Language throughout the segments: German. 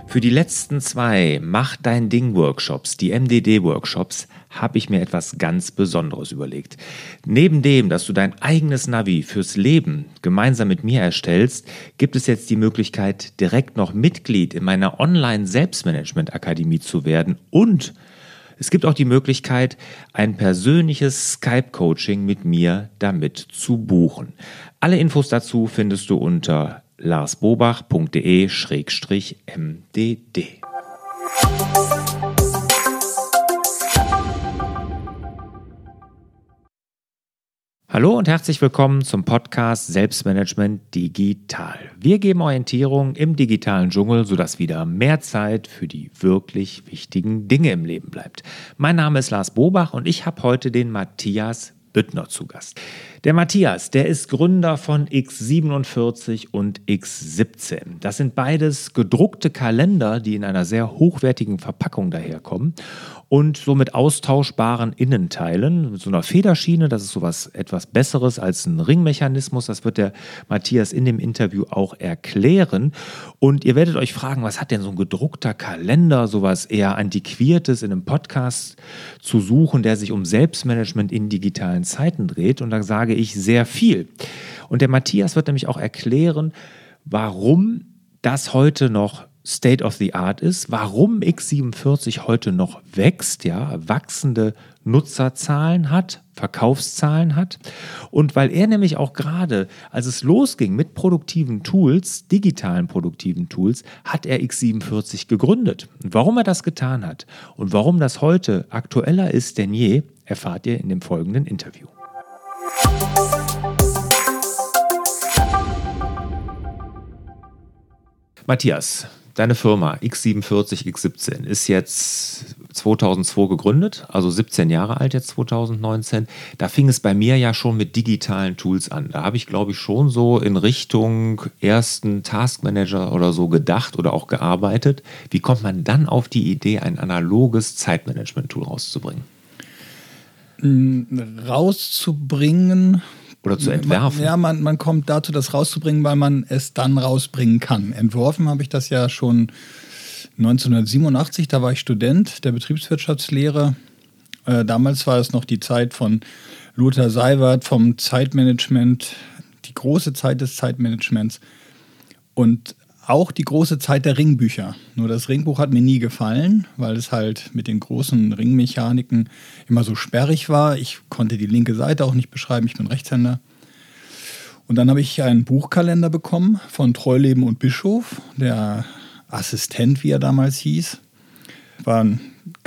Für die letzten 2 Mach dein Ding-Workshops, die MDD-Workshops, habe ich mir etwas ganz Besonderes überlegt. Neben dem, dass du dein eigenes Navi fürs Leben gemeinsam mit mir erstellst, gibt es jetzt die Möglichkeit, direkt noch Mitglied in meiner Online-Selbstmanagement-Akademie zu werden. Und es gibt auch die Möglichkeit, ein persönliches Skype-Coaching mit mir damit zu buchen. Alle Infos dazu findest du unter larsbobach.de/mdd. Hallo und herzlich willkommen zum Podcast Selbstmanagement Digital. Wir geben Orientierung im digitalen Dschungel, sodass wieder mehr Zeit für die wirklich wichtigen Dinge im Leben bleibt. Mein Name ist Lars Bobach und ich habe heute den Matthias Büttner zu Gast. Der Matthias, der ist Gründer von X47 und X17. Das sind beides gedruckte Kalender, die in einer sehr hochwertigen Verpackung daherkommen und so mit austauschbaren Innenteilen, mit so einer Federschiene. Das ist sowas etwas Besseres als ein Ringmechanismus. Das wird der Matthias in dem Interview auch erklären. Und ihr werdet euch fragen, was hat denn so ein gedruckter Kalender, sowas eher Antiquiertes in einem Podcast zu suchen, der sich um Selbstmanagement in digitalen Zeiten dreht? Und da sage ich sehr viel. Und der Matthias wird nämlich auch erklären, warum das heute noch State of the Art ist, warum X47 heute noch wächst, ja, wachsende Nutzerzahlen hat, Verkaufszahlen hat. Und weil er nämlich auch gerade, als es losging mit produktiven Tools, digitalen produktiven Tools, hat er X47 gegründet. Und warum er das getan hat und warum das heute aktueller ist denn je, erfahrt ihr in dem folgenden Interview. Matthias, deine Firma X47, X17 ist jetzt 2002 gegründet, also 17 Jahre alt jetzt 2019. Da fing es bei mir ja schon mit digitalen Tools an. Da habe ich, glaube ich, schon so in Richtung ersten Taskmanager oder so gedacht oder auch gearbeitet. Wie kommt man dann auf die Idee, ein analoges Zeitmanagement-Tool rauszubringen? Rauszubringen... Oder zu entwerfen. Man kommt dazu, das rauszubringen, weil man es dann rausbringen kann. Entworfen habe ich das ja schon 1987, da war ich Student der Betriebswirtschaftslehre. Damals war es noch die Zeit von Lothar Seiwert vom Zeitmanagement, die große Zeit des Zeitmanagements und auch die große Zeit der Ringbücher. Nur das Ringbuch hat mir nie gefallen, weil es halt mit den großen Ringmechaniken immer so sperrig war. Ich konnte die linke Seite auch nicht beschreiben, ich bin Rechtshänder. Und dann habe ich einen Buchkalender bekommen von Treuleben und Bischof, der Assistent, wie er damals hieß. War ein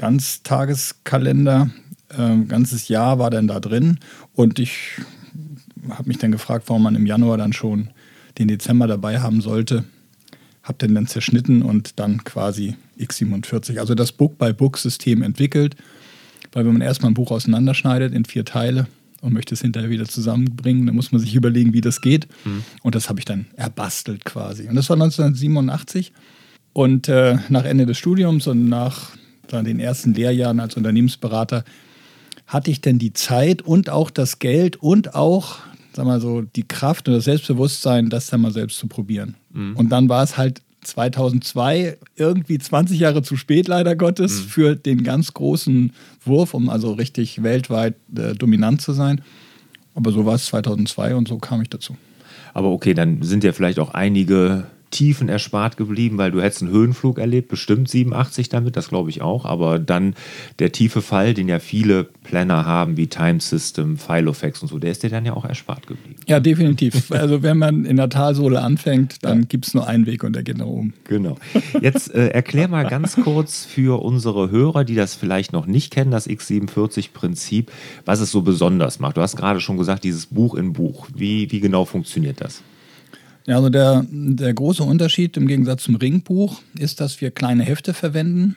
Ganztageskalender, ein ganzes Jahr war dann da drin. Und ich habe mich dann gefragt, warum man im Januar dann schon den Dezember dabei haben sollte. Habe den dann zerschnitten und dann quasi X47, also das Book-by-Book-System entwickelt. Weil wenn man erstmal ein Buch auseinanderschneidet in 4 Teile und möchte es hinterher wieder zusammenbringen, dann muss man sich überlegen, wie das geht. Und das habe ich dann erbastelt quasi. Und das war 1987. Und nach Ende des Studiums und nach den ersten Lehrjahren als Unternehmensberater hatte ich dann die Zeit und auch das Geld und auch die Kraft und das Selbstbewusstsein, das dann mal selbst zu probieren. Und dann war es halt 2002 irgendwie 20 Jahre zu spät, leider Gottes, für den ganz großen Wurf, um also richtig weltweit dominant zu sein. Aber so war es 2002 und so kam ich dazu. Aber okay, dann sind ja vielleicht auch einige Tiefen erspart geblieben, weil du hättest einen Höhenflug erlebt, bestimmt 87 damit, das glaube ich auch, aber dann der tiefe Fall, den ja viele Planner haben, wie Time System, Filofax und so, der ist dir dann ja auch erspart geblieben. Ja, definitiv. Also wenn man in der Talsohle anfängt, dann gibt es nur einen Weg und der geht nach oben. Genau. Jetzt erklär mal ganz kurz für unsere Hörer, die das vielleicht noch nicht kennen, das X47-Prinzip, was es so besonders macht. Du hast gerade schon gesagt, dieses Buch in Buch. Wie genau funktioniert das? Ja, also der große Unterschied im Gegensatz zum Ringbuch ist, dass wir kleine Hefte verwenden.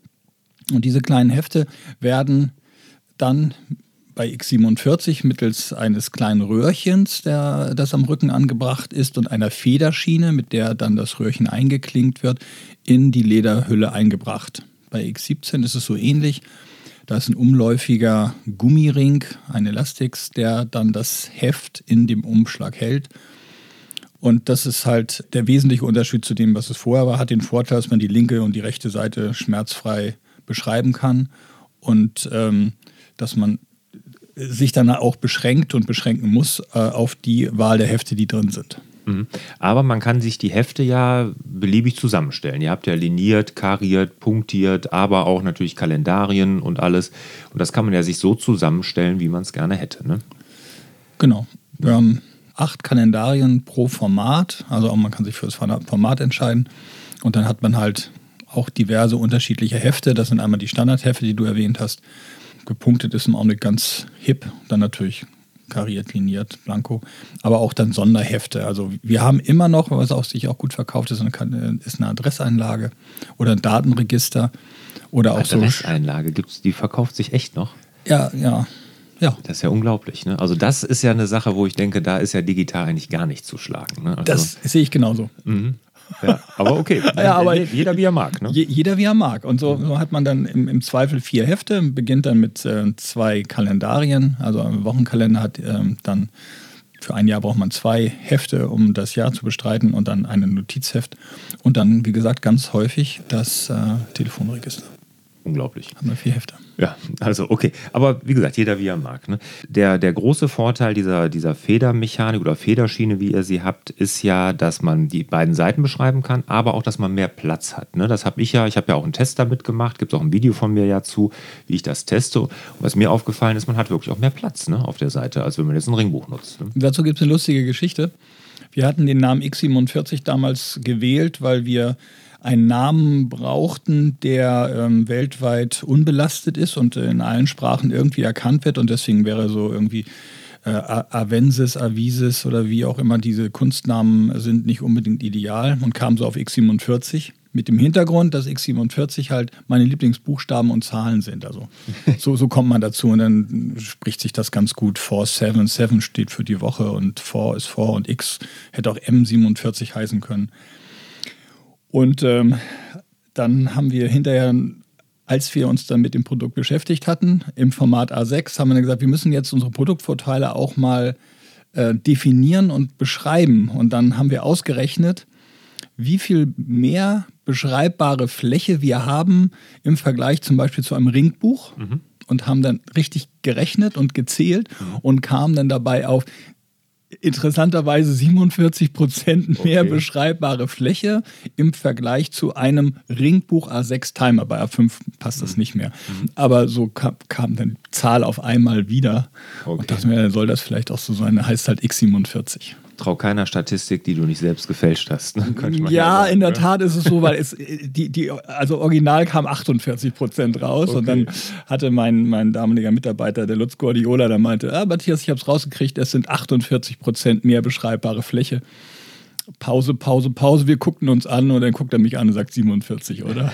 Und diese kleinen Hefte werden dann bei X47 mittels eines kleinen Röhrchens, das am Rücken angebracht ist, und einer Federschiene, mit der dann das Röhrchen eingeklinkt wird, in die Lederhülle eingebracht. Bei X17 ist es so ähnlich. Da ist ein umläufiger Gummiring, ein Elastix, der dann das Heft in dem Umschlag hält. Und das ist halt der wesentliche Unterschied zu dem, was es vorher war. Hat den Vorteil, dass man die linke und die rechte Seite schmerzfrei beschreiben kann und dass man sich dann auch beschränkt und beschränken muss auf die Wahl der Hefte, die drin sind. Aber man kann sich die Hefte ja beliebig zusammenstellen. Ihr habt ja liniert, kariert, punktiert, aber auch natürlich Kalendarien und alles. Und das kann man ja sich so zusammenstellen, wie man es gerne hätte. Ne? Genau. Wir haben 8 Kalendarien pro Format. Also auch man kann sich für das Format entscheiden. Und dann hat man halt auch diverse unterschiedliche Hefte. Das sind einmal die Standardhefte, die du erwähnt hast. Gepunktet ist im Augenblick ganz hip. Dann natürlich kariert, liniert, blanko, aber auch dann Sonderhefte. Also wir haben immer noch, was auch sich auch gut verkauft ist, ist eine Adresseinlage oder ein Datenregister oder auch Adresseinlage, die verkauft sich echt noch? Ja. Das ist ja unglaublich. Ne? Also das ist ja eine Sache, wo ich denke, da ist ja digital eigentlich gar nicht zu schlagen. Ne? Also, das sehe ich genauso. Ja, aber okay, ja, aber jeder wie er mag. Ne? Jeder wie er mag. Und so hat man dann im Zweifel 4 Hefte, beginnt dann mit 2 Kalendarien. Also ein Wochenkalender hat dann für ein Jahr braucht man 2 Hefte, um das Jahr zu bestreiten und dann ein Notizheft. Und dann, wie gesagt, ganz häufig das Telefonregister. Unglaublich. Haben wir 4 Hefte. Ja, also okay. Aber wie gesagt, jeder wie er mag. Ne? Der große Vorteil dieser Federmechanik oder Federschiene, wie ihr sie habt, ist ja, dass man die beiden Seiten beschreiben kann, aber auch, dass man mehr Platz hat. Ne? Das habe ich ja. Ich habe ja auch einen Test damit gemacht. Gibt es auch ein Video von mir ja zu, wie ich das teste. Und was mir aufgefallen ist, man hat wirklich auch mehr Platz, ne, auf der Seite, als wenn man jetzt ein Ringbuch nutzt. Ne? Dazu gibt es eine lustige Geschichte. Wir hatten den Namen X47 damals gewählt, weil wir einen Namen brauchten, der weltweit unbelastet ist und in allen Sprachen irgendwie erkannt wird. Und deswegen wäre so irgendwie Avensis, Avisis oder wie auch immer diese Kunstnamen sind nicht unbedingt ideal und kam so auf X47. Mit dem Hintergrund, dass X47 halt meine Lieblingsbuchstaben und Zahlen sind. Also so kommt man dazu und dann spricht sich das ganz gut. 4-7, 7 steht für die Woche und 4 ist 4 und X hätte auch M47 heißen können. Und dann haben wir hinterher, als wir uns dann mit dem Produkt beschäftigt hatten, im Format A6, haben wir dann gesagt, wir müssen jetzt unsere Produktvorteile auch mal definieren und beschreiben. Und dann haben wir ausgerechnet, wie viel mehr beschreibbare Fläche wir haben im Vergleich zum Beispiel zu einem Ringbuch und haben dann richtig gerechnet und gezählt und kamen dann dabei auf interessanterweise 47% mehr beschreibbare Fläche im Vergleich zu einem Ringbuch A6 Timer. Bei A5 passt das nicht mehr. Aber so kam dann die Zahl auf einmal wieder. Okay. Und dachte mir, dann soll das vielleicht auch so sein. Heißt halt X47. Trau keiner Statistik, die du nicht selbst gefälscht hast. Ne? Ja, sagen, in der Tat ist es so, weil also original kam 48% raus. Okay. Und dann hatte mein damaliger Mitarbeiter, der Lutz Gordiola, der meinte, Matthias, ich habe es rausgekriegt, es sind 48% mehr beschreibbare Fläche. Pause, wir guckten uns an und dann guckt er mich an und sagt 47, oder?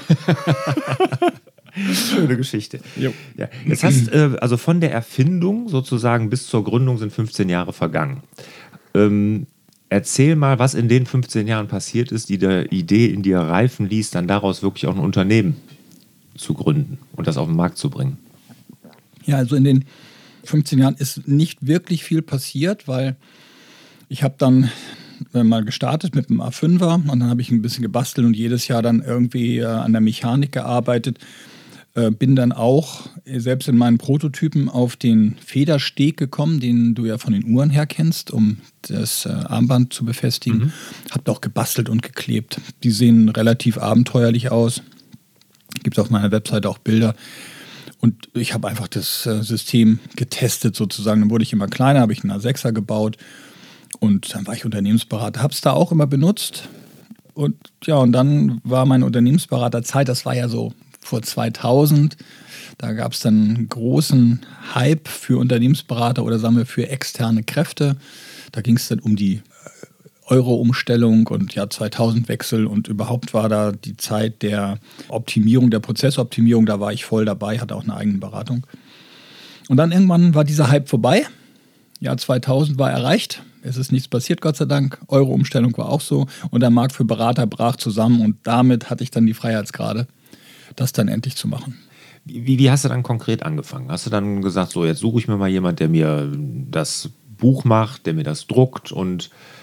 Schöne Geschichte. Ja. Jetzt hast also von der Erfindung sozusagen bis zur Gründung sind 15 Jahre vergangen. Erzähl mal, was in den 15 Jahren passiert ist, die der Idee in dir reifen ließ, dann daraus wirklich auch ein Unternehmen zu gründen und das auf den Markt zu bringen. Ja, also in den 15 Jahren ist nicht wirklich viel passiert, weil ich habe dann mal gestartet mit einem A5er und dann habe ich ein bisschen gebastelt und jedes Jahr dann irgendwie an der Mechanik gearbeitet. Bin dann auch selbst in meinen Prototypen auf den Federsteg gekommen, den du ja von den Uhren her kennst, um das Armband zu befestigen. Hab auch gebastelt und geklebt. Die sehen relativ abenteuerlich aus. Gibt auf meiner Webseite auch Bilder. Und ich habe einfach das System getestet sozusagen. Dann wurde ich immer kleiner, habe ich einen A6er gebaut und dann war ich Unternehmensberater. Habe es da auch immer benutzt. Und ja, und dann war meine Unternehmensberaterzeit, das war ja so vor 2000, da gab es dann einen großen Hype für Unternehmensberater oder sagen wir für externe Kräfte. Da ging es dann um die Euro-Umstellung und ja 2000-Wechsel und überhaupt war da die Zeit der Optimierung, der Prozessoptimierung, da war ich voll dabei, hatte auch eine eigene Beratung. Und dann irgendwann war dieser Hype vorbei. Jahr 2000 war erreicht. Es ist nichts passiert, Gott sei Dank. Euro-Umstellung war auch so und der Markt für Berater brach zusammen und damit hatte ich dann die Freiheitsgrade, das dann endlich zu machen. Wie hast du dann konkret angefangen? Hast du dann gesagt, so jetzt suche ich mir mal jemand, der mir das Buch macht, der mir das druckt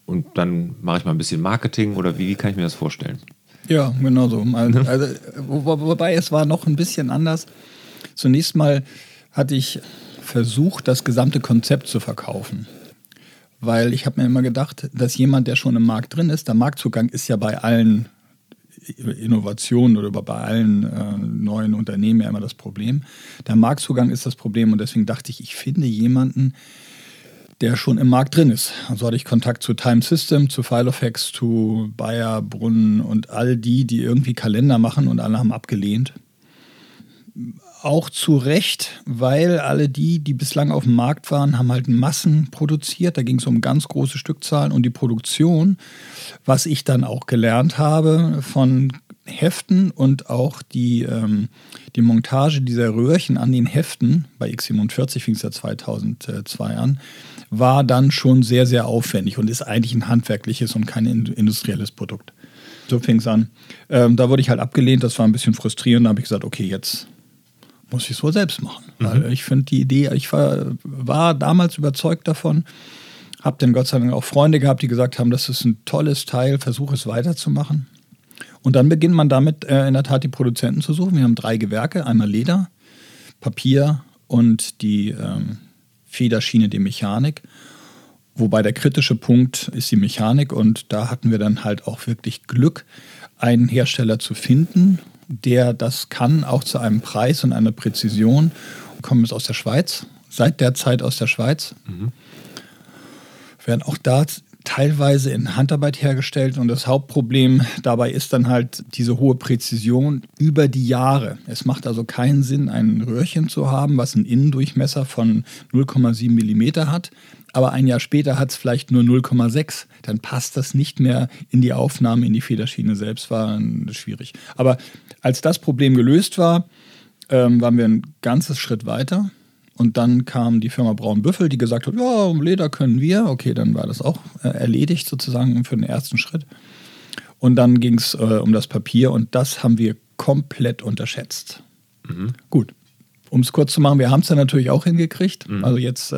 und dann mache ich mal ein bisschen Marketing oder wie kann ich mir das vorstellen? Ja, genau so. Also, wobei es war noch ein bisschen anders. Zunächst mal hatte ich versucht, das gesamte Konzept zu verkaufen. Weil ich habe mir immer gedacht, dass jemand, der schon im Markt drin ist, der Marktzugang ist ja bei allen Innovationen oder bei allen neuen Unternehmen ja immer das Problem. Der Marktzugang ist das Problem und deswegen dachte ich, ich finde jemanden, der schon im Markt drin ist. Also hatte ich Kontakt zu Time System, zu Filofax, zu Bayer, Brunnen und all die irgendwie Kalender machen und alle haben abgelehnt. Auch zu Recht, weil alle die bislang auf dem Markt waren, haben halt Massen produziert. Da ging es um ganz große Stückzahlen und die Produktion, was ich dann auch gelernt habe von Heften und auch die Montage dieser Röhrchen an den Heften, bei X47 fing es ja 2002 an, war dann schon sehr, sehr aufwendig und ist eigentlich ein handwerkliches und kein industrielles Produkt. So fing es an. Da wurde ich halt abgelehnt, das war ein bisschen frustrierend. Da habe ich gesagt, okay, jetzt muss ich es wohl selbst machen. Weil ich finde die Idee, ich war damals überzeugt davon, habe dann Gott sei Dank auch Freunde gehabt, die gesagt haben, das ist ein tolles Teil, versuche es weiterzumachen. Und dann beginnt man damit in der Tat die Produzenten zu suchen. Wir haben 3 Gewerke, einmal Leder, Papier und die Federschiene, die Mechanik. Wobei der kritische Punkt ist die Mechanik und da hatten wir dann halt auch wirklich Glück, einen Hersteller zu finden, der das kann, auch zu einem Preis und einer Präzision. Wir kommen jetzt aus der Schweiz, seit der Zeit aus der Schweiz. Werden auch da teilweise in Handarbeit hergestellt und das Hauptproblem dabei ist dann halt diese hohe Präzision über die Jahre. Es macht also keinen Sinn, ein Röhrchen zu haben, was einen Innendurchmesser von 0,7 mm hat, aber ein Jahr später hat es vielleicht nur 0,6. Dann passt das nicht mehr in die Aufnahme, in die Federschiene selbst, war schwierig. Aber als das Problem gelöst war, waren wir ein ganzes Schritt weiter. Und dann kam die Firma Braun-Büffel, die gesagt hat, ja, Leder können wir. Okay, dann war das auch erledigt sozusagen für den ersten Schritt. Und dann ging es um das Papier und das haben wir komplett unterschätzt. Gut, um es kurz zu machen, wir haben es dann natürlich auch hingekriegt. Also jetzt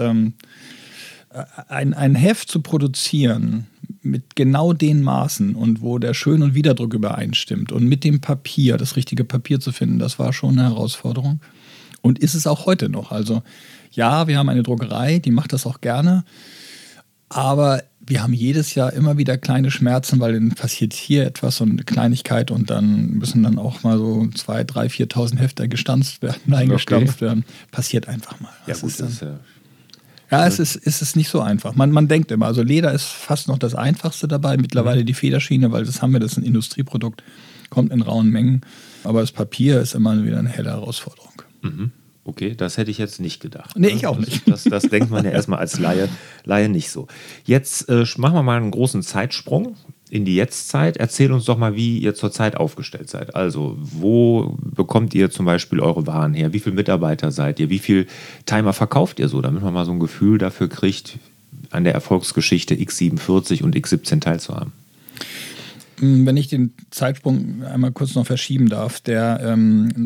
ein Heft zu produzieren mit genau den Maßen und wo der Schön- und Widerdruck übereinstimmt und mit dem Papier, das richtige Papier zu finden, das war schon eine Herausforderung. Und ist es auch heute noch. Also ja, wir haben eine Druckerei, die macht das auch gerne. Aber wir haben jedes Jahr immer wieder kleine Schmerzen, weil dann passiert hier etwas, so eine Kleinigkeit und dann müssen dann auch mal so 2.000, 3.000, 4.000 Hefte eingestampft werden. Passiert einfach mal. Ja, gut, es ist nicht so einfach. Man denkt immer, also Leder ist fast noch das Einfachste dabei. Mittlerweile die Federschiene, weil das ist ein Industrieprodukt, kommt in rauen Mengen. Aber das Papier ist immer wieder eine helle Herausforderung. Okay, das hätte ich jetzt nicht gedacht. Nee, ich auch nicht. Das denkt man ja erstmal als Laie nicht so. Jetzt machen wir mal einen großen Zeitsprung in die Jetztzeit. Erzähl uns doch mal, wie ihr zurzeit aufgestellt seid. Also, wo bekommt ihr zum Beispiel eure Waren her? Wie viele Mitarbeiter seid ihr? Wie viele Timer verkauft ihr so? Damit man mal so ein Gefühl dafür kriegt, an der Erfolgsgeschichte X47 und X17 teilzuhaben. Wenn ich den Zeitsprung einmal kurz noch verschieben darf, der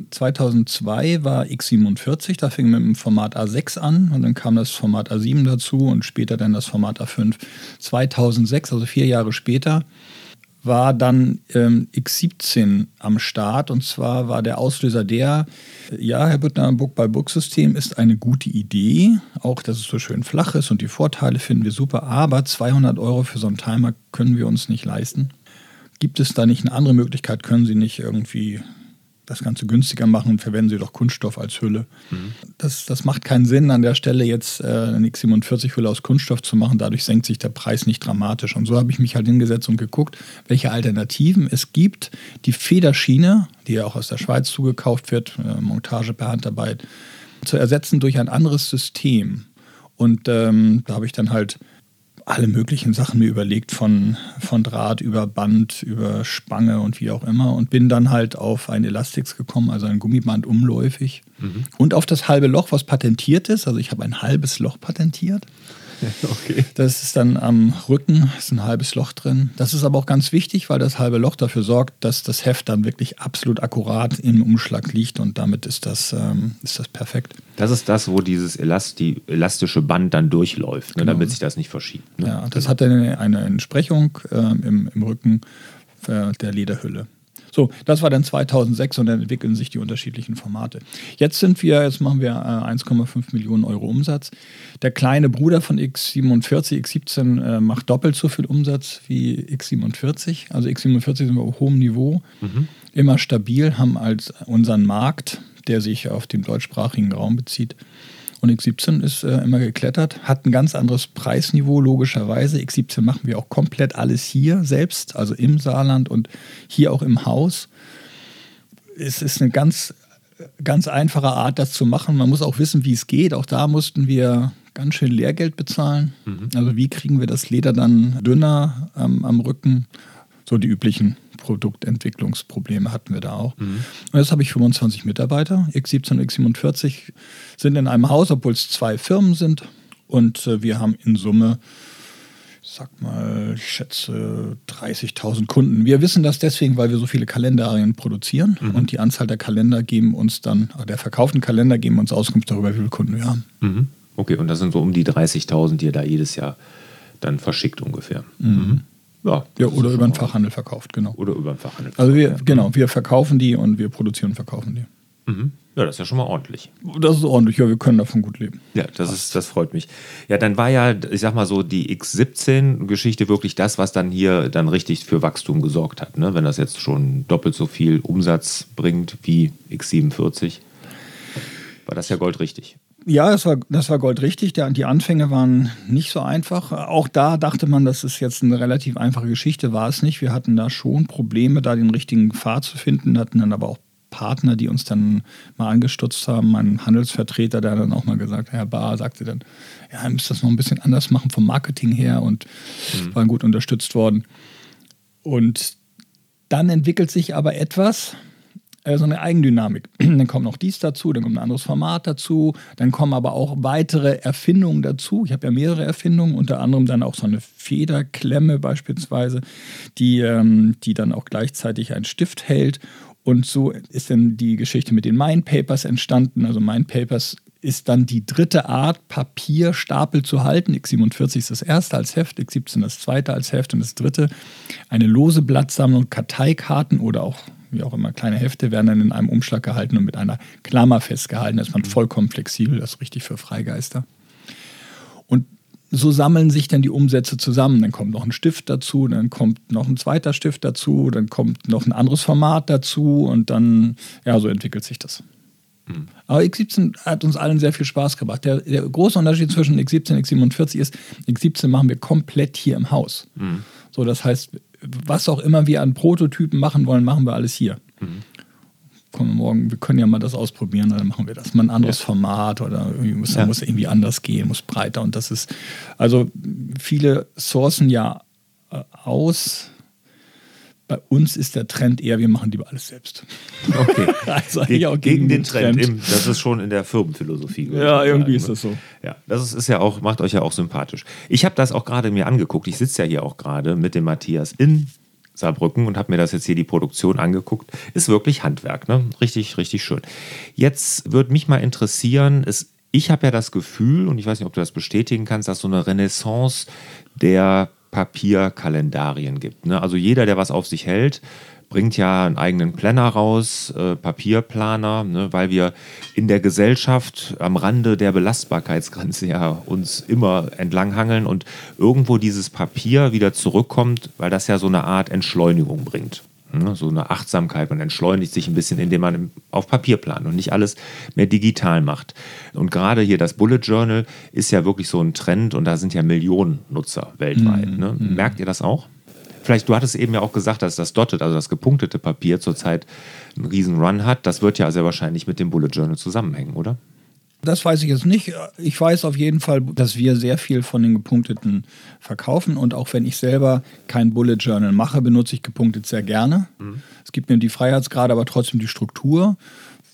2002 war X47, da fing mit dem Format A6 an und dann kam das Format A7 dazu und später dann das Format A5. 2006, also 4 Jahre später, war dann X17 am Start und zwar war der Auslöser ja, Herr Büttner, Book-by-Book-System ist eine gute Idee, auch dass es so schön flach ist und die Vorteile finden wir super, aber 200 € für so einen Timer können wir uns nicht leisten. Gibt es da nicht eine andere Möglichkeit? Können Sie nicht irgendwie das Ganze günstiger machen und verwenden Sie doch Kunststoff als Hülle? Das macht keinen Sinn, an der Stelle jetzt eine X47-Hülle aus Kunststoff zu machen. Dadurch senkt sich der Preis nicht dramatisch. Und so habe ich mich halt hingesetzt und geguckt, welche Alternativen es gibt. Die Federschiene, die ja auch aus der Schweiz zugekauft wird, Montage per Handarbeit, zu ersetzen durch ein anderes System. Und da habe ich dann halt alle möglichen Sachen mir überlegt, von Draht über Band, über Spange und wie auch immer und bin dann halt auf ein Elastix gekommen, also ein Gummiband umläufig und auf das halbe Loch, was patentiert ist. Also ich habe ein halbes Loch patentiert. Okay. Das ist dann am Rücken, ist ein halbes Loch drin. Das ist aber auch ganz wichtig, weil das halbe Loch dafür sorgt, dass das Heft dann wirklich absolut akkurat im Umschlag liegt und damit ist das perfekt. Das ist das, wo dieses elastische Band dann durchläuft, ne, genau, damit sich das nicht verschiebt. Ne? Ja, das hat eine Entsprechung im Rücken der Lederhülle. So, das war dann 2006 und dann entwickeln sich die unterschiedlichen Formate. Jetzt machen wir 1,5 Millionen Euro Umsatz. Der kleine Bruder von X47, X17 macht doppelt so viel Umsatz wie X47. Also X47 sind wir auf hohem Niveau, immer stabil, haben als unseren Markt, der sich auf den deutschsprachigen Raum bezieht. Und X17 ist immer geklettert, hat ein ganz anderes Preisniveau, logischerweise. X17 machen wir auch komplett alles hier selbst, also im Saarland und hier auch im Haus. Es ist eine ganz, ganz einfache Art, das zu machen. Man muss auch wissen, wie es geht. Auch da mussten wir ganz schön Lehrgeld bezahlen. Also wie kriegen wir das Leder dann dünner am Rücken? So die üblichen Produktentwicklungsprobleme hatten wir da auch. Und jetzt habe ich 25 Mitarbeiter. X17 und X47 sind in einem Haus, obwohl es 2 Firmen sind. Und wir haben in Summe, ich schätze 30.000 Kunden. Wir wissen das deswegen, weil wir so viele Kalendarien produzieren. Und die Anzahl der Kalender der verkauften Kalender geben uns Auskunft darüber, wie viele Kunden wir haben. Okay, und das sind so um die 30.000, die ihr da jedes Jahr dann verschickt ungefähr. Ja, oder über den Fachhandel verkauft, genau. Oder über den Fachhandel. Also wir verkaufen die und wir produzieren und verkaufen die. Ja, das ist ja schon mal ordentlich. Das ist ordentlich, ja, wir können davon gut leben. Ja, das freut mich. Ja, dann war ja, ich sag mal so, die X17-Geschichte wirklich das, was dann hier dann richtig für Wachstum gesorgt hat, ne? Wenn das jetzt schon doppelt so viel Umsatz bringt wie X47, war das ja goldrichtig. Ja, das war goldrichtig. Die Anfänge waren nicht so einfach. Auch da dachte man, das ist jetzt eine relativ einfache Geschichte. War es nicht. Wir hatten da schon Probleme, da den richtigen Pfad zu finden. Hatten dann aber auch Partner, die uns dann mal angestutzt haben. Mein Handelsvertreter, der dann auch mal gesagt hat, Herr Bahr, sagte dann, ja, ihr müsst das noch ein bisschen anders machen vom Marketing her und waren gut unterstützt worden. Und dann entwickelt sich aber etwas, so eine Eigendynamik. Dann kommt noch dies dazu, dann kommt ein anderes Format dazu, dann kommen aber auch weitere Erfindungen dazu. Ich habe ja mehrere Erfindungen, unter anderem dann auch so eine Federklemme beispielsweise, die dann auch gleichzeitig einen Stift hält. Und so ist dann die Geschichte mit den Mindpapers entstanden. Also Mindpapers ist dann die dritte Art, Papierstapel zu halten. X47 ist das erste als Heft, X17 das zweite als Heft und das dritte eine lose Blattsammlung, Karteikarten oder auch wie auch immer, kleine Hefte werden dann in einem Umschlag gehalten und mit einer Klammer festgehalten. Da ist man vollkommen flexibel, das ist richtig für Freigeister. Und so sammeln sich dann die Umsätze zusammen. Dann kommt noch ein Stift dazu, dann kommt noch ein zweiter Stift dazu, dann kommt noch ein anderes Format dazu und dann, ja, so entwickelt sich das. Aber X17 hat uns allen sehr viel Spaß gemacht. Der große Unterschied zwischen X17 und X47 ist, X17 machen wir komplett hier im Haus. So, das heißt, was auch immer wir an Prototypen machen wollen, machen wir alles hier. Kommen wir morgen, wir können ja mal das ausprobieren, dann machen wir das. Mal ein anderes Format oder muss irgendwie anders gehen, muss breiter. Und das ist, also viele sourcen ja aus. Bei uns ist der Trend eher, wir machen lieber alles selbst. Okay. Also auch gegen den Trend. Das ist schon in der Firmenphilosophie. Ja, irgendwie ist das so. Ja, das ist ja auch, macht euch ja auch sympathisch. Ich habe das auch gerade mir angeguckt. Ich sitze ja hier auch gerade mit dem Matthias in Saarbrücken und habe mir das jetzt hier die Produktion angeguckt. Ist wirklich Handwerk, ne? Richtig, richtig schön. Jetzt würde mich mal interessieren, ich habe ja das Gefühl, und ich weiß nicht, ob du das bestätigen kannst, dass so eine Renaissance der Papierkalendarien gibt. Ne? Also jeder, der was auf sich hält, bringt ja einen eigenen Planner raus, Papierplaner, ne? Weil wir in der Gesellschaft am Rande der Belastbarkeitsgrenze ja uns immer entlanghangeln und irgendwo dieses Papier wieder zurückkommt, weil das ja so eine Art Entschleunigung bringt. So eine Achtsamkeit, man entschleunigt sich ein bisschen, indem man auf Papier plant und nicht alles mehr digital macht. Und gerade hier das Bullet Journal ist ja wirklich so ein Trend und da sind ja Millionen Nutzer weltweit. Ne? Merkt ihr das auch? Vielleicht, du hattest eben ja auch gesagt, dass das Dotted, also das gepunktete Papier zurzeit einen riesen Run hat. Das wird ja sehr wahrscheinlich mit dem Bullet Journal zusammenhängen, oder? Das weiß ich jetzt nicht. Ich weiß auf jeden Fall, dass wir sehr viel von den gepunkteten verkaufen. Und auch wenn ich selber kein Bullet Journal mache, benutze ich gepunktet sehr gerne. Es gibt mir die Freiheitsgrade, aber trotzdem die Struktur.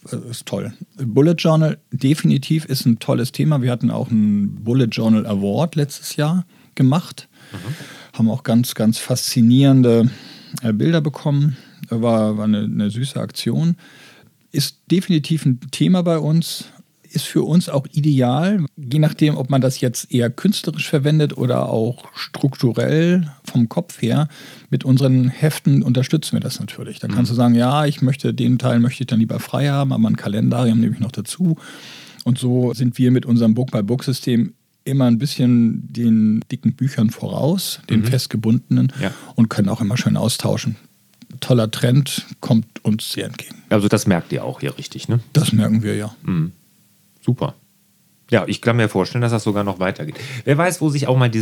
ist toll. Bullet Journal definitiv ist ein tolles Thema. Wir hatten auch einen Bullet Journal Award letztes Jahr gemacht. Haben auch ganz, ganz faszinierende Bilder bekommen. War eine süße Aktion. Ist definitiv ein Thema bei uns. Ist für uns auch ideal, je nachdem, ob man das jetzt eher künstlerisch verwendet oder auch strukturell vom Kopf her. Mit unseren Heften unterstützen wir das natürlich. Da kannst du sagen, ja, den Teil möchte ich dann lieber frei haben, aber ein Kalendarium nehme ich noch dazu. Und so sind wir mit unserem Book-by-Book-System immer ein bisschen den dicken Büchern voraus, den festgebundenen, und können auch immer schön austauschen. Toller Trend, kommt uns sehr entgegen. Also das merkt ihr auch hier richtig, ne? Das merken wir, ja. Super. Ja, ich kann mir vorstellen, dass das sogar noch weitergeht. Wer weiß, wo sich auch mal die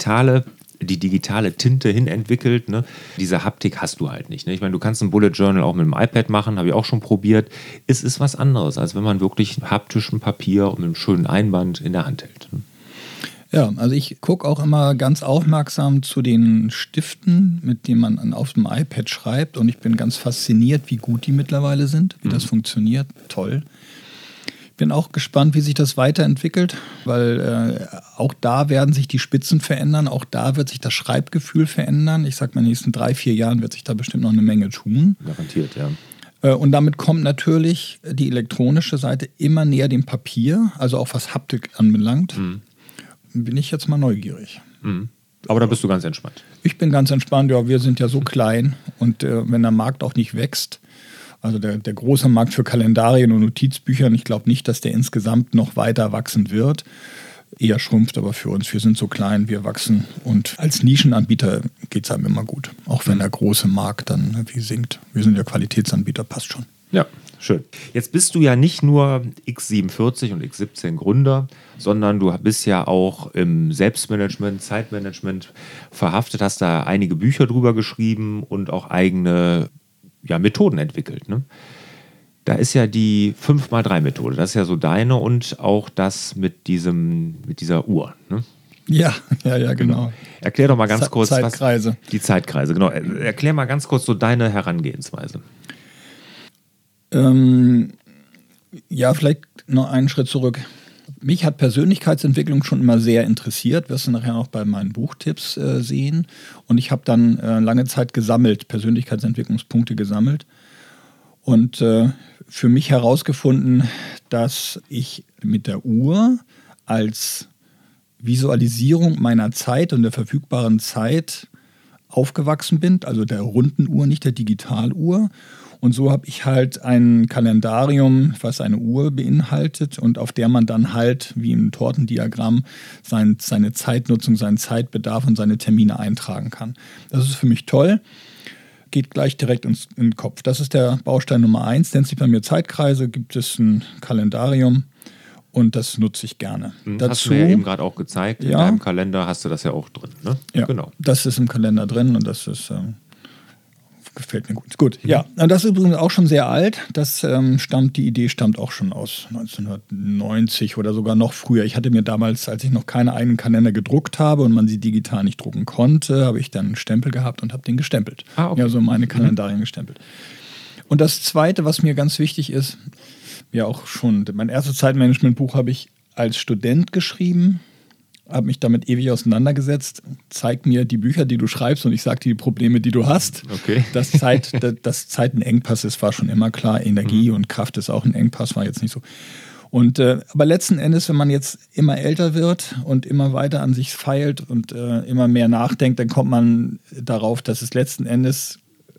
digitale Tinte hin entwickelt. Ne? Diese Haptik hast du halt nicht. Ne? Ich meine, du kannst ein Bullet Journal auch mit dem iPad machen, habe ich auch schon probiert. Es ist was anderes, als wenn man wirklich haptisch ein Papier und mit einem schönen Einband in der Hand hält. Ne? Ja, also ich gucke auch immer ganz aufmerksam zu den Stiften, mit denen man auf dem iPad schreibt. Und ich bin ganz fasziniert, wie gut die mittlerweile sind, wie das funktioniert. Toll. Bin auch gespannt, wie sich das weiterentwickelt, weil auch da werden sich die Spitzen verändern, auch da wird sich das Schreibgefühl verändern. Ich sage mal, in den nächsten 3-4 Jahren wird sich da bestimmt noch eine Menge tun. Garantiert, ja. Und damit kommt natürlich die elektronische Seite immer näher dem Papier, also auch was Haptik anbelangt. Bin ich jetzt mal neugierig. Aber da bist du ganz entspannt. Ich bin ganz entspannt, ja, wir sind ja so klein und wenn der Markt auch nicht wächst, also der große Markt für Kalendarien und Notizbüchern, ich glaube nicht, dass der insgesamt noch weiter wachsen wird. Eher schrumpft aber für uns. Wir sind so klein, wir wachsen und als Nischenanbieter geht es einem immer gut. Auch wenn der große Markt dann irgendwie sinkt. Wir sind ja Qualitätsanbieter, passt schon. Ja, schön. Jetzt bist du ja nicht nur X47 und X17 Gründer, sondern du bist ja auch im Selbstmanagement, Zeitmanagement verhaftet, hast da einige Bücher drüber geschrieben und auch eigene Methoden entwickelt. Ne? Da ist ja die 5x3-Methode, das ist ja so deine und auch das mit dieser Uhr. Ne? Ja, genau. Erklär doch mal ganz kurz. Zeitkreise. Die Zeitkreise, genau. Erklär mal ganz kurz so deine Herangehensweise. Vielleicht noch einen Schritt zurück. Mich hat Persönlichkeitsentwicklung schon immer sehr interessiert, wirst du nachher auch bei meinen Buchtipps sehen. Und ich habe dann lange Zeit Persönlichkeitsentwicklungspunkte gesammelt und für mich herausgefunden, dass ich mit der Uhr als Visualisierung meiner Zeit und der verfügbaren Zeit aufgewachsen bin, also der runden Uhr, nicht der Digitaluhr. Und so habe ich halt ein Kalendarium, was eine Uhr beinhaltet und auf der man dann halt, wie im Tortendiagramm, seine Zeitnutzung, seinen Zeitbedarf und seine Termine eintragen kann. Das ist für mich toll. Geht gleich direkt in den Kopf. Das ist der Baustein Nummer 1. Nennt sich bei mir Zeitkreise, gibt es ein Kalendarium und das nutze ich gerne. Hast du mir ja eben gerade auch gezeigt. In deinem Kalender hast du das ja auch drin. Ne? Ja, genau. Das ist im Kalender drin und das ist... gefällt mir gut. Gut, ja. Das ist übrigens auch schon sehr alt. Die Idee stammt auch schon aus 1990 oder sogar noch früher. Ich hatte mir damals, als ich noch keine eigenen Kalender gedruckt habe und man sie digital nicht drucken konnte, habe ich dann einen Stempel gehabt und habe den gestempelt. Okay. Ja, so meine Kalendarien gestempelt. Und das Zweite, was mir ganz wichtig ist, ja auch schon, mein erstes Zeitmanagement-Buch habe ich als Student geschrieben. Habe mich damit ewig auseinandergesetzt. Zeig mir die Bücher, die du schreibst und ich sage dir die Probleme, die du hast. Okay. Dass Zeit ein Engpass ist, war schon immer klar. Energie und Kraft ist auch ein Engpass, war jetzt nicht so. Und aber letzten Endes, wenn man jetzt immer älter wird und immer weiter an sich feilt und immer mehr nachdenkt, dann kommt man darauf, dass es letzten Endes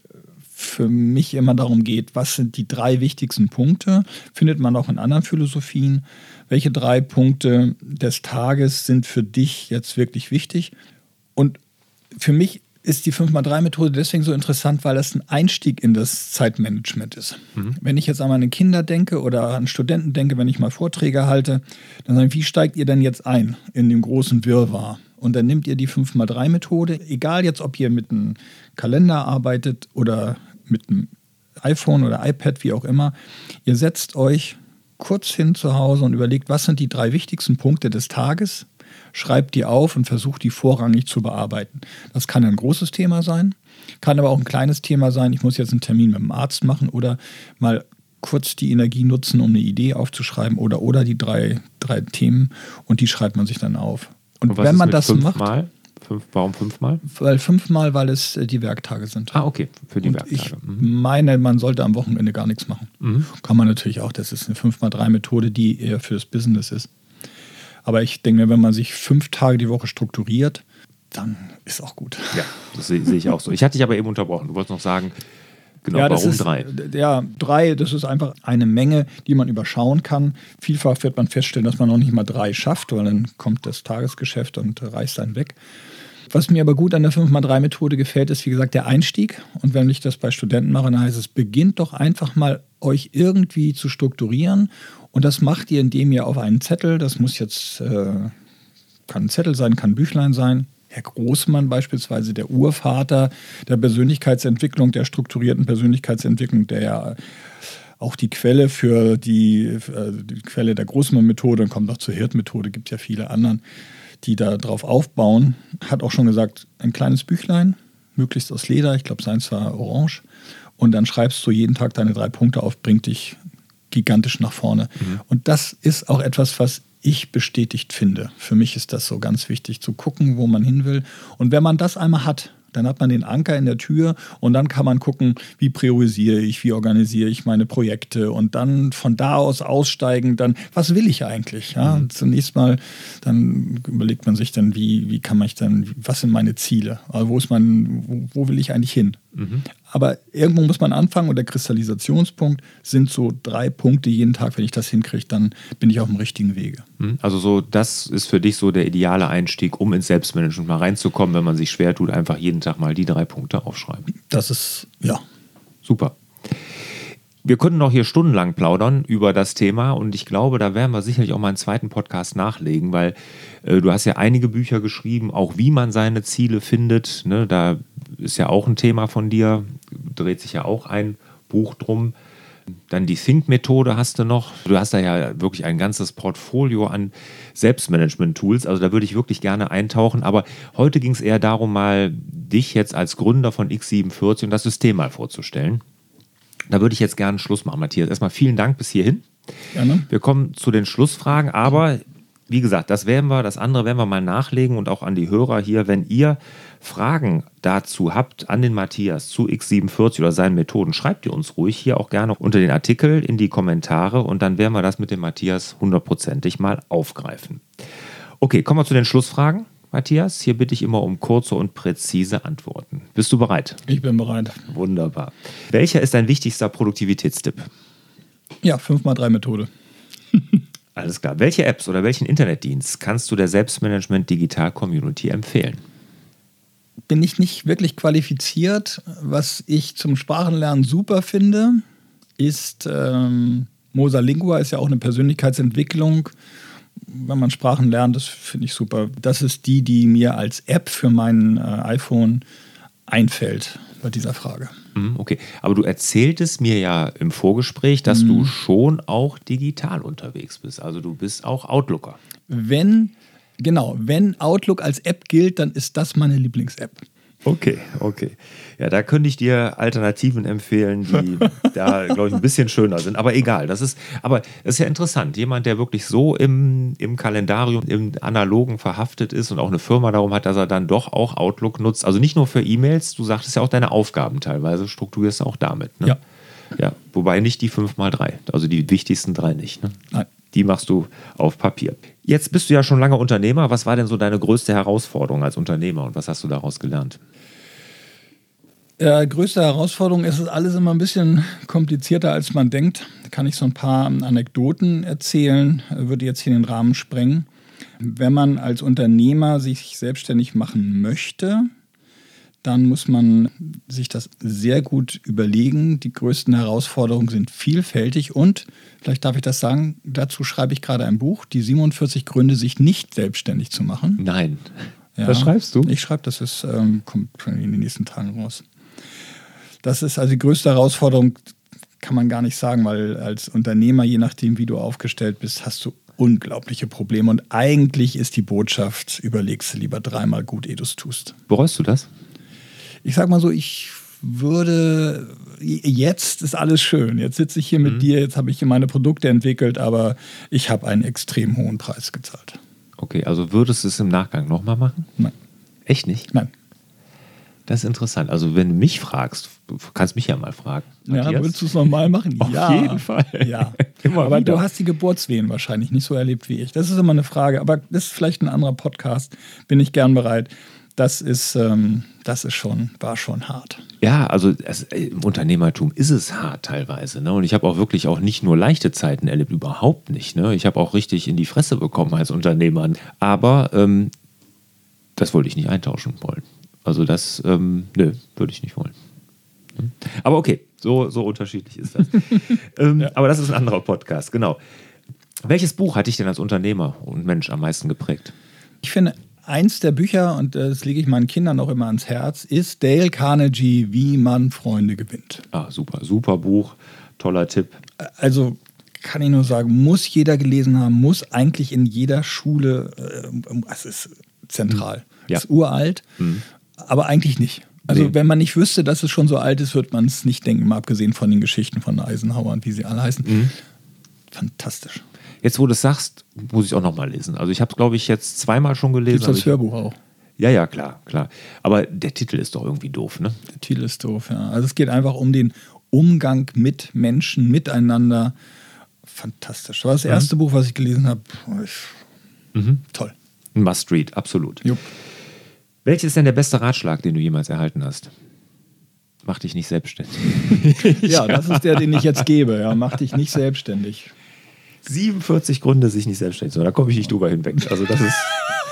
für mich immer darum geht, was sind die 3 wichtigsten Punkte, findet man auch in anderen Philosophien. Welche 3 Punkte des Tages sind für dich jetzt wirklich wichtig? Und für mich ist die 5x3-Methode deswegen so interessant, weil das ein Einstieg in das Zeitmanagement ist. Wenn ich jetzt an meine Kinder denke oder an Studenten denke, wenn ich mal Vorträge halte, dann sage ich, wie steigt ihr denn jetzt ein in dem großen Wirrwarr? Und dann nehmt ihr die 5x3-Methode, egal jetzt, ob ihr mit einem Kalender arbeitet oder mit einem iPhone oder iPad, wie auch immer. Ihr setzt euch kurz hin zu Hause und überlegt, was sind die 3 wichtigsten Punkte des Tages, schreibt die auf und versucht die vorrangig zu bearbeiten. Das kann ein großes Thema sein, kann aber auch ein kleines Thema sein. Ich muss jetzt einen Termin mit dem Arzt machen oder mal kurz die Energie nutzen, um eine Idee aufzuschreiben oder die drei Themen und die schreibt man sich dann auf. Und wenn man das macht... Warum 5-mal? Weil 5-mal, weil es die Werktage sind. Ah, okay, für die Werktage. Ich meine, man sollte am Wochenende gar nichts machen. Kann man natürlich auch, das ist eine 5x3-Methode, die eher fürs Business ist. Aber ich denke mir, wenn man sich 5 Tage die Woche strukturiert, dann ist auch gut. Ja, das sehe ich auch so. Ich hatte dich aber eben unterbrochen. Du wolltest noch sagen, genau, ja, warum 3? Ja, 3, das ist einfach eine Menge, die man überschauen kann. Vielfach wird man feststellen, dass man noch nicht mal 3 schafft, weil dann kommt das Tagesgeschäft und reißt einen weg. Was mir aber gut an der 5x3-Methode gefällt, ist, wie gesagt, der Einstieg. Und wenn ich das bei Studenten mache, dann heißt es, beginnt doch einfach mal, euch irgendwie zu strukturieren. Und das macht ihr, indem ihr auf einen Zettel, das muss jetzt, kann ein Zettel sein, kann ein Büchlein sein. Herr Großmann beispielsweise, der Urvater der Persönlichkeitsentwicklung, der strukturierten Persönlichkeitsentwicklung, der ja auch die Quelle für die Quelle der Großmann-Methode, und kommt noch zur Hirt-Methode, gibt ja viele anderen, die da drauf aufbauen, hat auch schon gesagt, ein kleines Büchlein, möglichst aus Leder, ich glaube, seins war orange, und dann schreibst du jeden Tag deine 3 Punkte auf, bringt dich gigantisch nach vorne. Und das ist auch etwas, was ich bestätigt finde. Für mich ist das so ganz wichtig, zu gucken, wo man hin will. Und wenn man das einmal hat, dann hat man den Anker in der Tür und dann kann man gucken, wie priorisiere ich, wie organisiere ich meine Projekte und dann von da aus aussteigen, dann, was will ich eigentlich? Ja? Zunächst mal, dann überlegt man sich dann, wie kann man dann, was sind meine Ziele? Also wo will ich eigentlich hin? Aber irgendwo muss man anfangen und der Kristallisationspunkt sind so 3 Punkte jeden Tag. Wenn ich das hinkriege, dann bin ich auf dem richtigen Wege. Also so, das ist für dich so der ideale Einstieg, um ins Selbstmanagement mal reinzukommen, wenn man sich schwer tut, einfach jeden Tag mal die 3 Punkte aufschreiben. Das ist, ja. Super. Wir können noch hier stundenlang plaudern über das Thema und ich glaube, da werden wir sicherlich auch mal einen zweiten Podcast nachlegen, weil du hast ja einige Bücher geschrieben, auch wie man seine Ziele findet. Ne? Da ist ja auch ein Thema von dir, dreht sich ja auch ein Buch drum. Dann die Think-Methode hast du noch. Du hast da ja wirklich ein ganzes Portfolio an Selbstmanagement-Tools. Also da würde ich wirklich gerne eintauchen. Aber heute ging es eher darum, mal dich jetzt als Gründer von X47 und das System mal vorzustellen. Da würde ich jetzt gerne Schluss machen, Matthias. Erstmal vielen Dank bis hierhin. Gerne. Wir kommen zu den Schlussfragen, aber wie gesagt, das andere werden wir mal nachlegen und auch an die Hörer hier, wenn ihr Fragen dazu habt an den Matthias zu X47 oder seinen Methoden, schreibt ihr uns ruhig hier auch gerne unter den Artikel in die Kommentare und dann werden wir das mit dem Matthias 100%ig mal aufgreifen. Okay, kommen wir zu den Schlussfragen. Matthias, hier bitte ich immer um kurze und präzise Antworten. Bist du bereit? Ich bin bereit. Wunderbar. Welcher ist dein wichtigster Produktivitätstipp? Ja, 5x3-Methode. Alles klar. Welche Apps oder welchen Internetdienst kannst du der Selbstmanagement Digital Community empfehlen? Bin ich nicht wirklich qualifiziert. Was ich zum Sprachenlernen super finde, ist Mosalingua, ist ja auch eine Persönlichkeitsentwicklung. Wenn man Sprachen lernt, das finde ich super. Das ist die mir als App für mein iPhone einfällt bei dieser Frage. Okay, aber du erzähltest mir ja im Vorgespräch, dass du schon auch digital unterwegs bist. Also du bist auch Outlooker. Wenn Outlook als App gilt, dann ist das meine Lieblings-App. Okay. Ja, da könnte ich dir Alternativen empfehlen, die da, glaube ich, ein bisschen schöner sind. Aber egal, das ist ja interessant. Jemand, der wirklich so im Kalendarium, im Analogen verhaftet ist und auch eine Firma darum hat, dass er dann doch auch Outlook nutzt. Also nicht nur für E-Mails, du sagtest ja auch deine Aufgaben teilweise, strukturierst du auch damit. Ne? Ja, wobei nicht die 5x3, also die wichtigsten 3 nicht. Ne? Nein. Die machst du auf Papier. Jetzt bist du ja schon lange Unternehmer. Was war denn so deine größte Herausforderung als Unternehmer und was hast du daraus gelernt? Größte Herausforderung ist, es alles immer ein bisschen komplizierter, als man denkt. Da kann ich so ein paar Anekdoten erzählen, würde jetzt hier den Rahmen sprengen. Wenn man als Unternehmer sich selbstständig machen möchte, dann muss man sich das sehr gut überlegen. Die größten Herausforderungen sind vielfältig und, vielleicht darf ich das sagen, dazu schreibe ich gerade ein Buch, die 47 Gründe, sich nicht selbstständig zu machen. Nein. Ja, Was schreibst du? Ich schreibe, das kommt in den nächsten Tagen raus. Das ist also die größte Herausforderung, kann man gar nicht sagen, weil als Unternehmer, je nachdem, wie du aufgestellt bist, hast du unglaubliche Probleme. Und eigentlich ist die Botschaft, überlegst du lieber 3-mal gut, ehe du es tust. Bereust du das? Ich sag mal so, ich würde, jetzt ist alles schön. Jetzt sitze ich hier mit dir, jetzt habe ich hier meine Produkte entwickelt, aber ich habe einen extrem hohen Preis gezahlt. Okay, also würdest du es im Nachgang nochmal machen? Nein. Echt nicht? Nein. Das ist interessant. Also wenn du mich fragst, du kannst mich ja mal fragen. Ja, würdest du es nochmal machen? Auf jeden Fall. Ja. Immer aber wieder. Du hast die Geburtswehen wahrscheinlich nicht so erlebt wie ich. Das ist immer eine Frage, aber das ist vielleicht ein anderer Podcast. Bin ich gern bereit. Das war schon hart. Ja, also im Unternehmertum ist es hart teilweise. Ne? Und ich habe auch wirklich auch nicht nur leichte Zeiten erlebt, überhaupt nicht. Ne? Ich habe auch richtig in die Fresse bekommen als Unternehmer. Aber das wollte ich nicht eintauschen wollen. Also das, würde ich nicht wollen. Aber okay, so unterschiedlich ist das. Ja. Aber das ist ein anderer Podcast, genau. Welches Buch hat dich denn als Unternehmer und Mensch am meisten geprägt? Ich finde, eins der Bücher, und das lege ich meinen Kindern auch immer ans Herz, ist Dale Carnegie, Wie man Freunde gewinnt. Ah, super Buch, toller Tipp. Also kann ich nur sagen, muss jeder gelesen haben, muss eigentlich in jeder Schule, es ist zentral. Ja. Ist uralt, aber eigentlich nicht. Also wenn man nicht wüsste, dass es schon so alt ist, würde man es nicht denken, mal abgesehen von den Geschichten von Eisenhower und wie sie alle heißen. Fantastisch. Jetzt, wo du es sagst, muss ich auch nochmal lesen. Also ich habe es, glaube ich, jetzt zweimal schon gelesen. Gibt es das Hörbuch auch? Ja, klar. Aber der Titel ist doch irgendwie doof, ne? Der Titel ist doof, ja. Also es geht einfach um den Umgang mit Menschen, miteinander. Fantastisch. Das war das erste Buch, was ich gelesen habe. Toll. Ein Must-Read, absolut. Jupp. Welches ist denn der beste Ratschlag, den du jemals erhalten hast? Mach dich nicht selbstständig. Ja, das ist der, den ich jetzt gebe. Ja, mach dich nicht selbstständig. 47 Gründe, sich nicht selbstständig zu machen. Da komme ich nicht drüber hinweg. Also das ist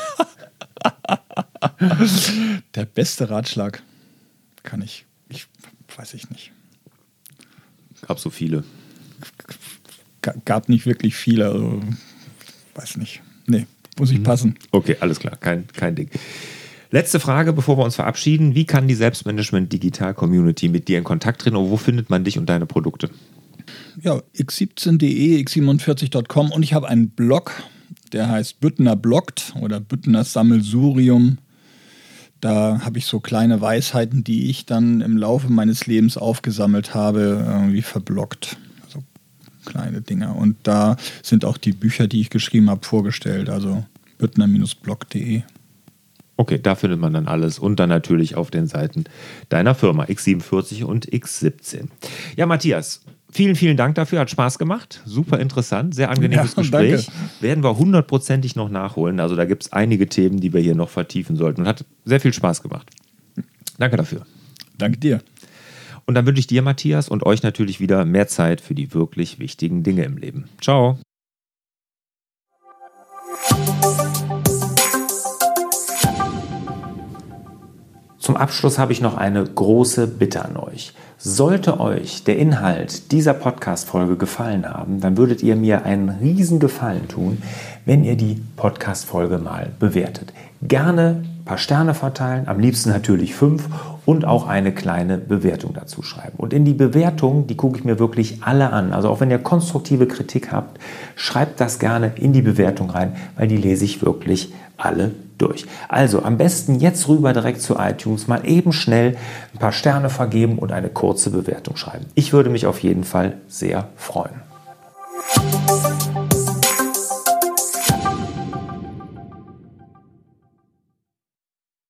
der beste Ratschlag weiß ich nicht. Gab so viele. Gab nicht wirklich viele, also weiß nicht. Nee, muss ich passen. Okay, alles klar, kein Ding. Letzte Frage, bevor wir uns verabschieden. Wie kann die Selbstmanagement Digital Community mit dir in Kontakt treten und wo findet man dich und deine Produkte? Ja, x17.de, x47.com und ich habe einen Blog, der heißt Büttner Bloggt oder Büttner Sammelsurium. Da habe ich so kleine Weisheiten, die ich dann im Laufe meines Lebens aufgesammelt habe, irgendwie verbloggt. So kleine Dinger. Und da sind auch die Bücher, die ich geschrieben habe, vorgestellt. Also büttner-blog.de. Okay, da findet man dann alles und dann natürlich auf den Seiten deiner Firma X47 und X17. Ja, Matthias, vielen Dank dafür, hat Spaß gemacht, super interessant, sehr angenehmes Gespräch. Danke. Werden wir 100%ig noch nachholen, also da gibt es einige Themen, die wir hier noch vertiefen sollten und hat sehr viel Spaß gemacht. Danke dafür. Danke dir. Und dann wünsche ich dir, Matthias, und euch natürlich wieder mehr Zeit für die wirklich wichtigen Dinge im Leben. Ciao. Zum Abschluss habe ich noch eine große Bitte an euch. Sollte euch der Inhalt dieser Podcast-Folge gefallen haben, dann würdet ihr mir einen riesen Gefallen tun, wenn ihr die Podcast-Folge mal bewertet. Gerne ein paar Sterne verteilen, am liebsten natürlich 5 und auch eine kleine Bewertung dazu schreiben. Und in die Bewertung, die gucke ich mir wirklich alle an. Also auch wenn ihr konstruktive Kritik habt, schreibt das gerne in die Bewertung rein, weil die lese ich wirklich alle durch. Also am besten jetzt rüber direkt zu iTunes, mal eben schnell ein paar Sterne vergeben und eine kurze Bewertung schreiben. Ich würde mich auf jeden Fall sehr freuen.